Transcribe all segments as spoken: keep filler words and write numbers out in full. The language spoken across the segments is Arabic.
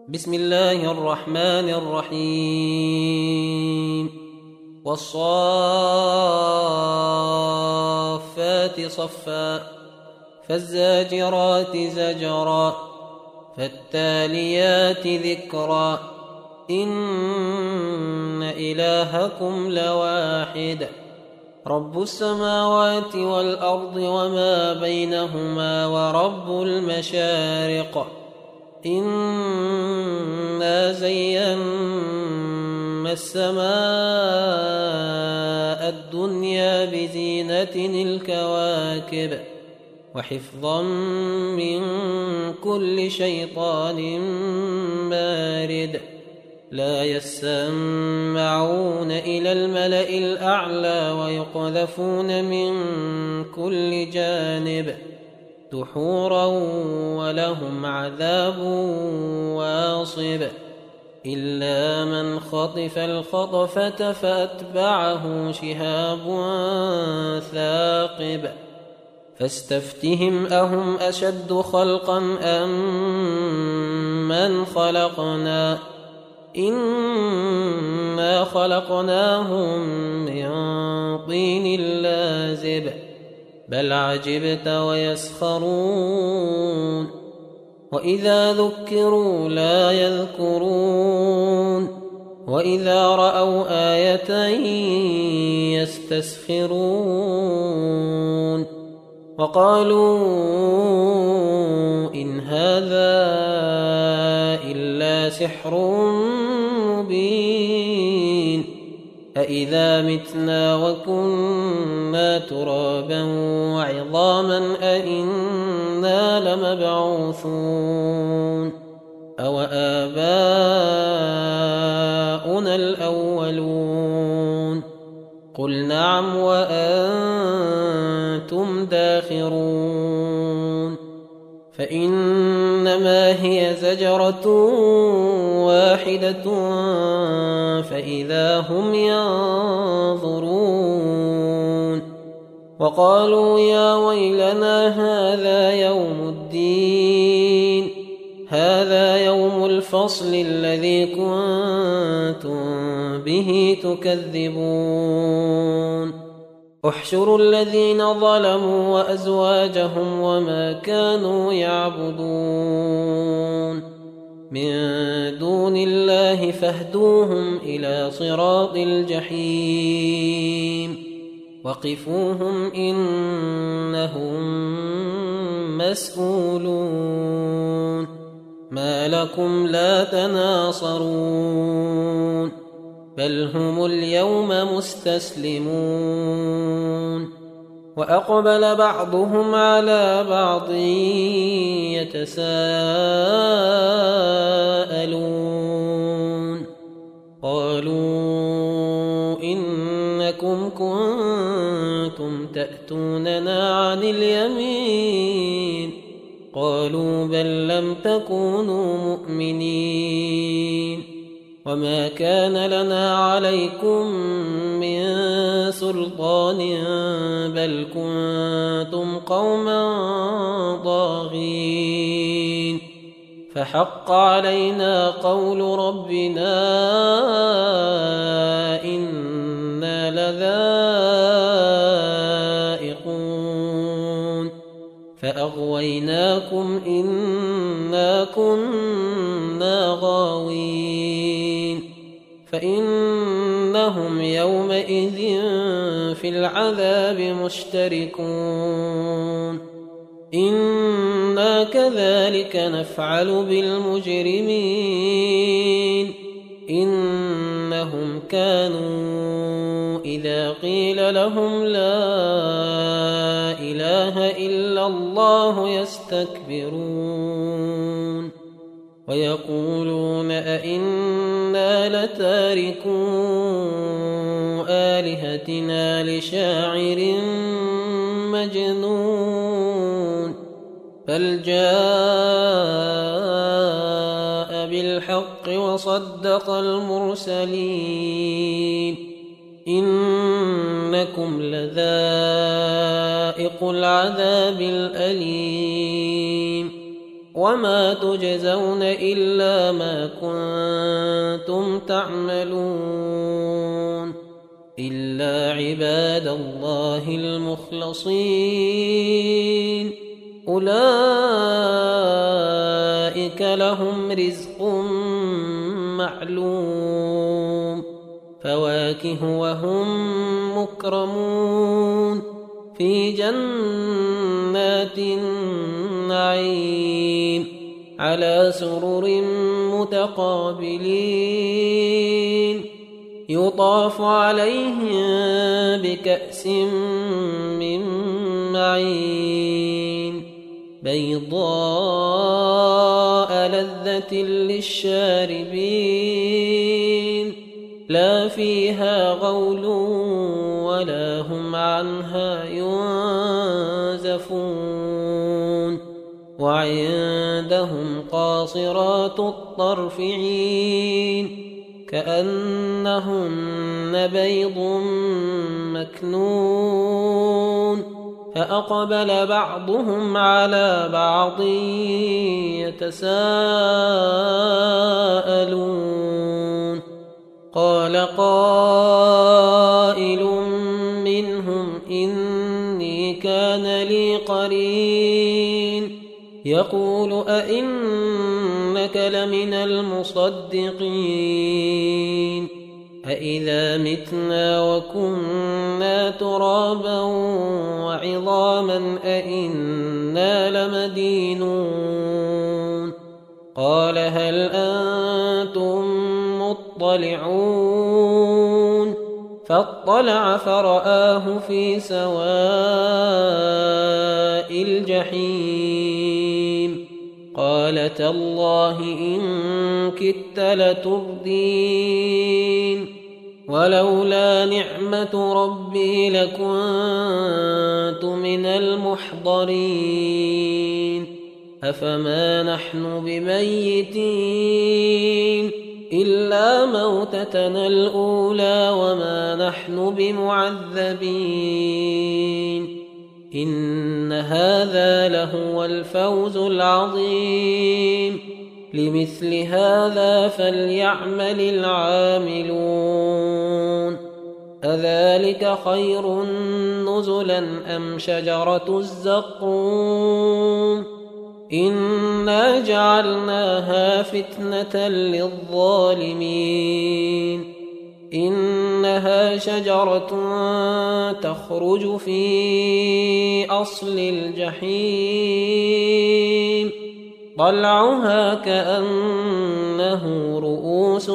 بسم الله الرحمن الرحيم والصافات صفا فالزاجرات زجرا فالتاليات ذكرا إن إلهكم لواحد رب السماوات والأرض وما بينهما ورب المشارق إنا زينا السماء الدنيا بزينة الكواكب وحفظا من كل شيطان مارد لا يسمعون إلى الملأ الأعلى ويقذفون من كل جانب دحورا ولهم عذاب واصب إلا من خطف الخطفة فأتبعه شهاب ثاقب فاستفتهم أهم أشد خلقا أم من خلقنا إنا خلقناهم من طين لازب بل عجبت ويسخرون وإذا ذكروا لا يذكرون وإذا رأوا آية يستسخرون وقالوا إن هذا إلا سحر مبين أإذا متنا وكنا ترابا وعظاما أإنا لمبعوثون أو آباؤنا الأولون قل نعم وأنتم داخرون فإنما هي زجرة واحدة فإذا هم ينظرون وقالوا يا ويلنا هذا يوم الدين هذا يوم الفصل الذي كنتم به تكذبون احشروا الذين ظلموا وأزواجهم وما كانوا يعبدون من دون الله فاهدوهم إلى صراط الجحيم وقفوهم إنهم مسؤولون ما لكم لا تناصرون بل هم اليوم مستسلمون وأقبل بعضهم على بعض يتساءلون قالوا إنكم كنتم تأتوننا عن اليمين قالوا بل لم تكونوا مؤمنين وما كان لنا عليكم من سلطان بل كنتم قوما طاغين فحق علينا قول ربنا إنا لذائقون فأغويناكم إنا كنا غاوين فإنهم يومئذ في العذاب مشتركون إنا كذلك نفعل بالمجرمين إنهم كانوا إذا قيل لهم لا إله إلا الله يستكبرون ويقولون أئنا لتاركو آلهتنا لشاعر مجنون بل جاء بالحق وصدق المرسلين إنكم لذائق العذاب الأليم وما تجزون إلا ما كنتم تعملون إلا عباد الله المخلصين أولئك لهم رزق معلوم فواكه وهم مكرمون في جنات النعيم على سرر متقابلين يطاف عليهم بكأس من معين بيضاء لذة للشاربين لا فيها غول ولا هم عنها ينزفون وعندهم قاصرات الطرف عين كأنهن بيض مكنون فأقبل بعضهم على بعض يتساءلون قال قائل منهم إني كان لي قرين يقول أئنك لمن المصدقين أإذا متنا وكنا ترابا وعظاما أئنا لمدينون قال هل أنتم مطلعون فاطلع فرآه في سواء الجحيم قال تالله إن كدت لتردين ولولا نعمة ربي لكنت من المحضرين أفما نحن بميتين إلا موتتنا الأولى وما نحن بمعذبين إن هذا لهو الفوز العظيم لمثل هذا فليعمل العاملون أذلك خير نزلا أم شجرة الزقوم إنا جعلناها فتنة للظالمين إنها شجرة تخرج في أصل الجحيم طلعها كأنه رؤوس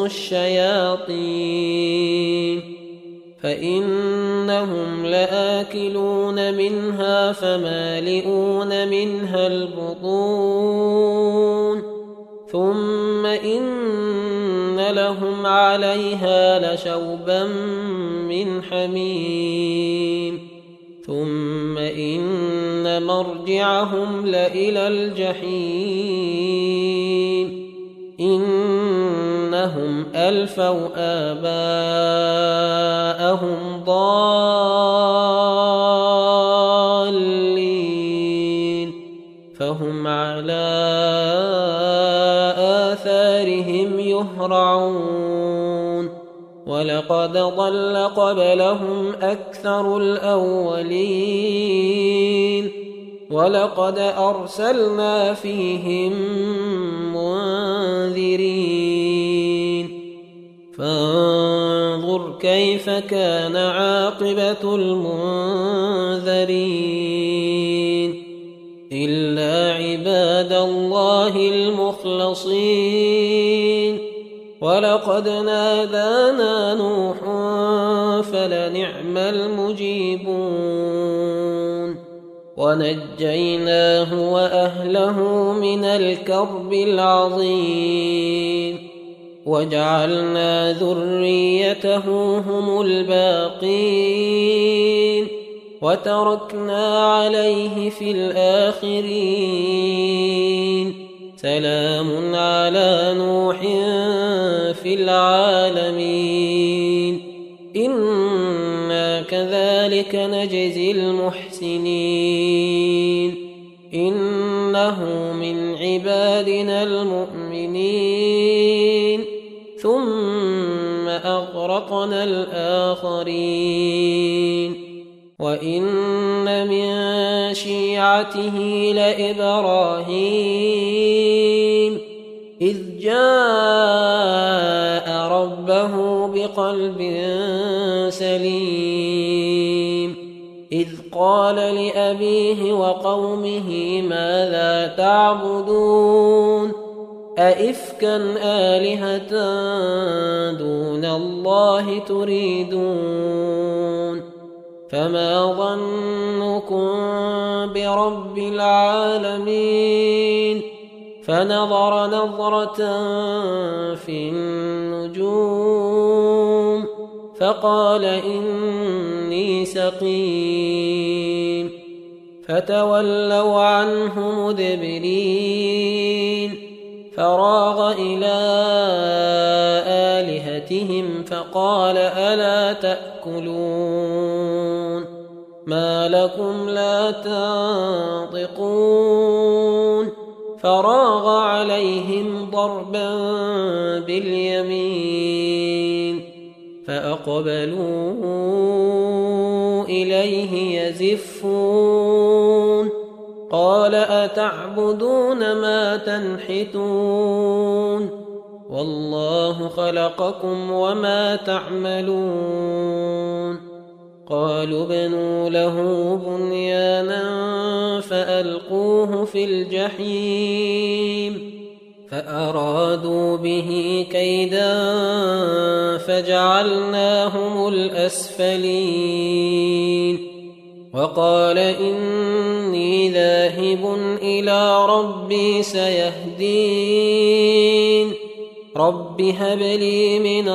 الشياطين فإنهم لآكلون منها فمالئون منها البطون ثم إن لهم عليها لشوبا من حميم ثم إن مرجعهم لإلى الجحيم إنهم ألفوا آباءهم ضالين فهم على آثارهم يهرعون ولقد ضل قبلهم أكثر الأولين ولقد أرسلنا فيهم منذرين فانظر كيف كان عاقبة المنذرين إلا عباد الله المخلصين ولقد نادانا نوح فلنعم المجيبون ونجيناه وأهله من الكرب العظيم وجعلنا ذريته هم الباقين وتركنا عليه في الآخرين سلام على نوح في العالمين إنا كذلك نجزي المحسنين إنه من عبادنا المؤمنين ثم أغرقنا الآخرين وإن من شيعته لإبراهيم إذ جاء ربه بقلب سليم إذ قال لأبيه وقومه ماذا تعبدون أئفكا آلهة دون الله تريدون فما ظنكم برب العالمين فنظر نظرة في النجوم فقال إني سقيم فتولوا عنه مدبرين فراغ إلى آلهتهم فقال ألا تأكلون ما لكم لا تنطقون فراغ عليهم ضربا باليمين فأقبلوا إليه يزفون قال أتعبدون ما تنحتون والله خلقكم وما تعملون قالوا ابنوا له بنيانا فألقوه في الجحيم فأرادوا به كيدا فجعلناهم الأسفلين وقال إني ذاهب إلى ربي سيهدين رب هب لي من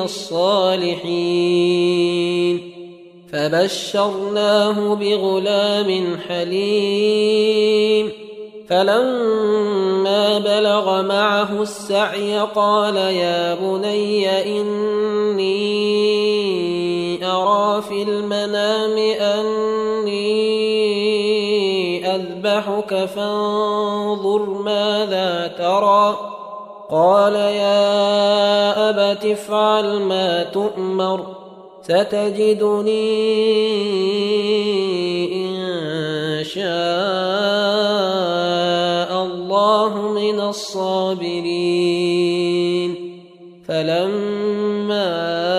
الصالحين فبشرناه بغلام حليم فلما بلغ معه السعي قال يا بني إني أرى في المنام أني أذبحك فانظر ماذا ترى قال يا أبت افعل ما تؤمر ستجدني إن شاء الله من الصابرين فلما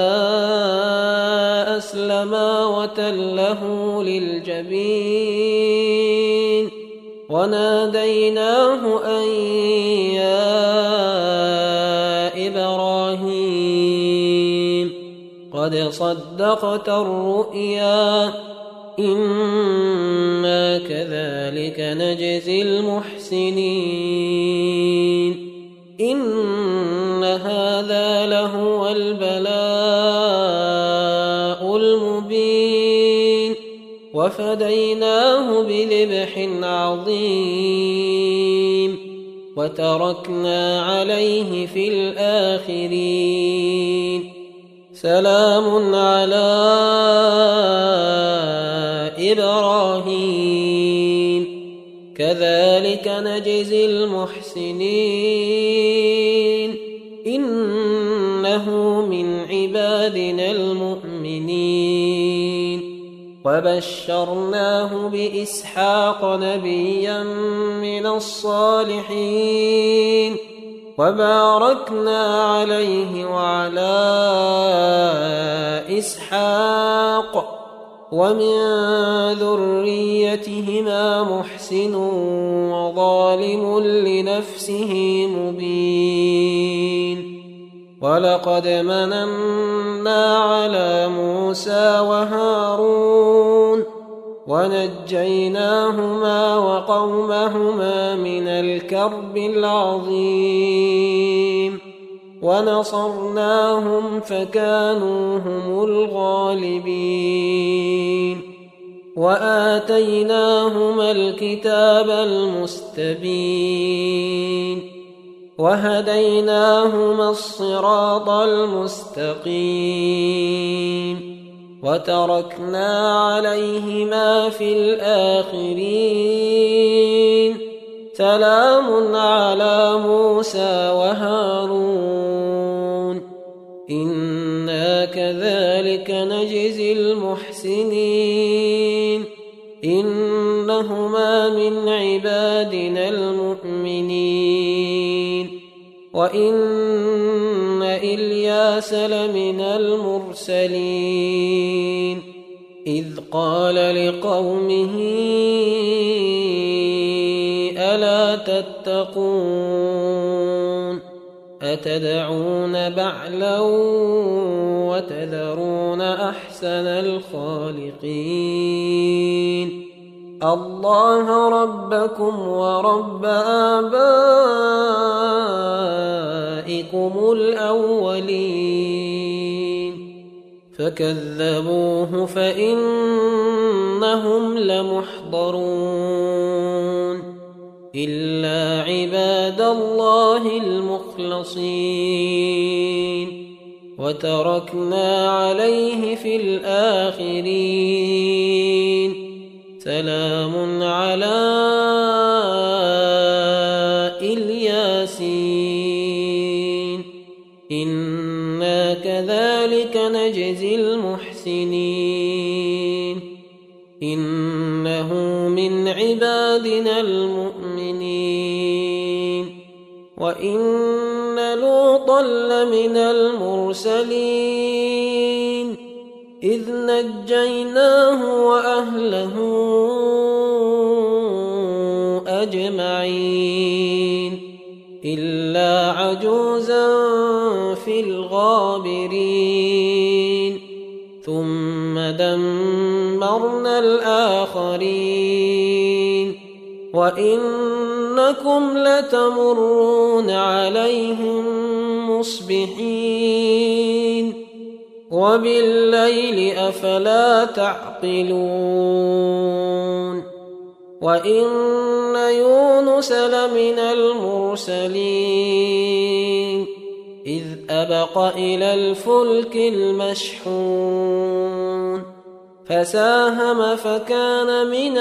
أسلما وتله للجبين وناديناه أن يا إبراهيم قد صدقت الرؤيا إنا كذلك نجزي المحسنين إن هذا لهو البلاء المبين وفديناه بذبح عظيم وتركنا عليه في الآخرين سلام على إبراهيم كذلك نجزي المحسنين إنه من عبادنا المؤمنين وبشرناه بإسحاق نبيا من الصالحين وباركنا عليه وعلى إسحاق ومن ذريتهما محسن وظالم لنفسه مبين ولقد مننا على موسى وهارون ونجيناهما وقومهما من الكرب العظيم ونصرناهم فكانوا هم الغالبين وآتيناهما الكتاب المستبين وهديناهما الصراط المستقيم وتركنا عليهما في الآخرين سلام على موسى وهارون إنا كذلك نجزي المحسنين إنهما من عبادنا المؤمنين وإن إلياس لمن المرسلين إذ قال لقومه ألا تتقون أتدعون بعلا وتذرون أحسن الخالقين الله ربكم ورب آبائكم الأولين فكذبوه فإنهم لمحضرون إلا عباد الله المخلصين وتركنا عليه في الآخرين سلام على الياسين إنا كذلك نجزي المحسنين إنه من عبادنا المؤمنين وإن لوطا لمن المرسلين إذ نجيناه وأهله أجمعين إلا عجوزا في الغابرين ثم دمرنا الآخرين وإنكم لتمرون عليهم مصبحين وبالليل أفلا تعقلون وإن يونس لمن المرسلين إذ أبق إلى الفلك المشحون فساهم فكان من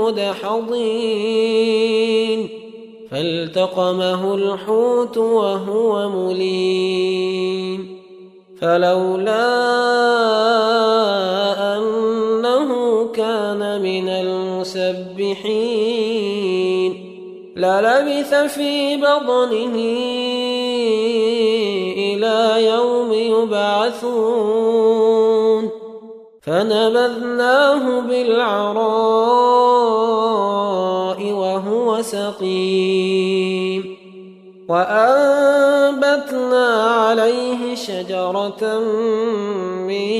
المدحضين فالتقمه الحوت وهو مليم فلولا أنه كان من المسبحين للبث في بطنه إلى يوم يبعثون فنبذناه بالعراء وهو سقيم وأنبتنا عليه شجرة من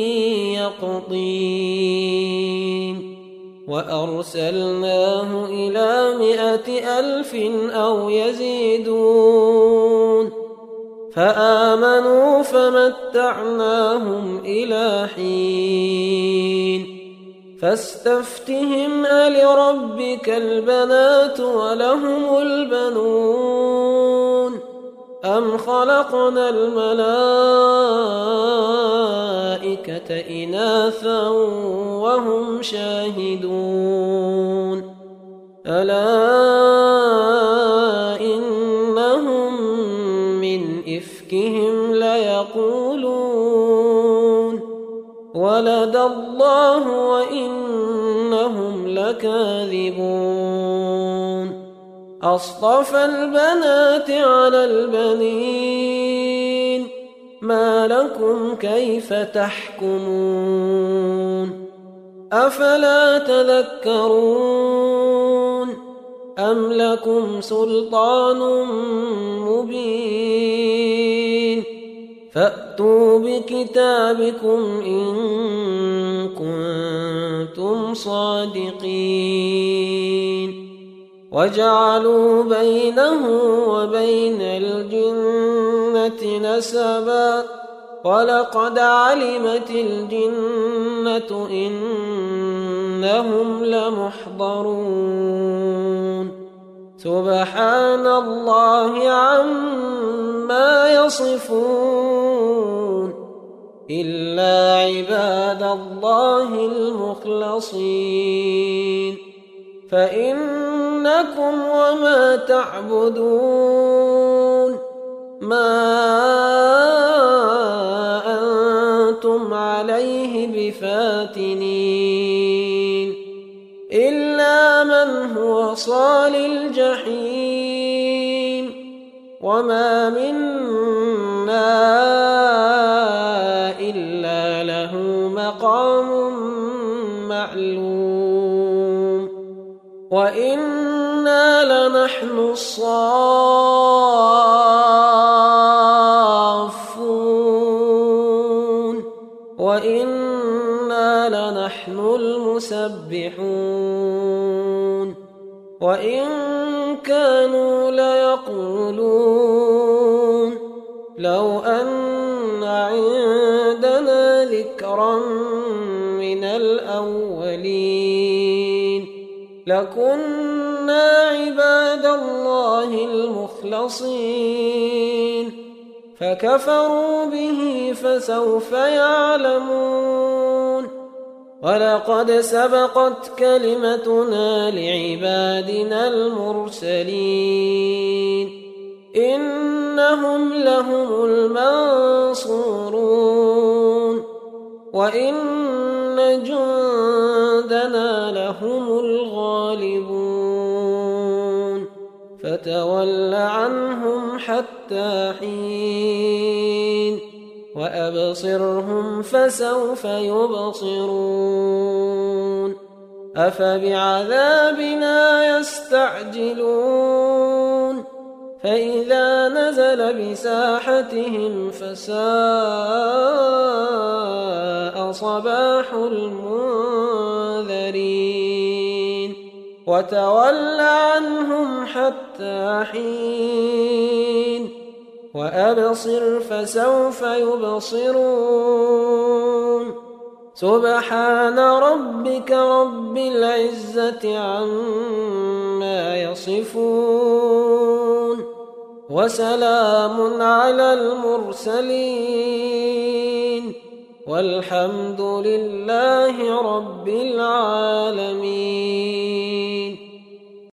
يقطين وأرسلناه إلى مائة ألف أو يزيدون فآمنوا فمتعناهم إلى حين فاستفتهم ألربك البنات ولهم البنون أم خلقنا الملائكة إناثا وهم شاهدون ألا إنهم من إفكهم ليقولون ولد الله وإنهم لكاذبون أصطفى البنات على البنين ما لكم كيف تحكمون أفلا تذكرون أم لكم سلطان مبين فأتوا بكتابكم إن كنتم صادقين وجعلوا بينه وبين الجنة نسبا ولقد علمت الجنة إنهم لمحضرون سبحان الله عما يصفون إلا عباد الله المخلصين فإن إنكم وما تعبدون ما أنتم عليه بفاتنين إلا من هو صال الجحيم وما منا إلا له مقام معلوم وإنا لنحن الصافون وإنا لنحن المسبحون وإن كانوا ليقولون لو أن عندنا ذكرا من الأولين لكنا عباد الله المخلصين فكفروا به فسوف يعلمون ولقد سبقت كلمتنا لعبادنا المرسلين إنهم لهم المنصورون وإن جندنا لهم الغالبون فتول عنهم حتى حين وأبصرهم فسوف يبصرون أفبعذابنا يستعجلون فإذا نزل بساحتهم فساء صباح المنذرين وتول عنهم حتى حين وأبصر فسوف يبصرون سبحان ربك رب العزة عما يصفون وسلام على المرسلين والحمد لله رب العالمين.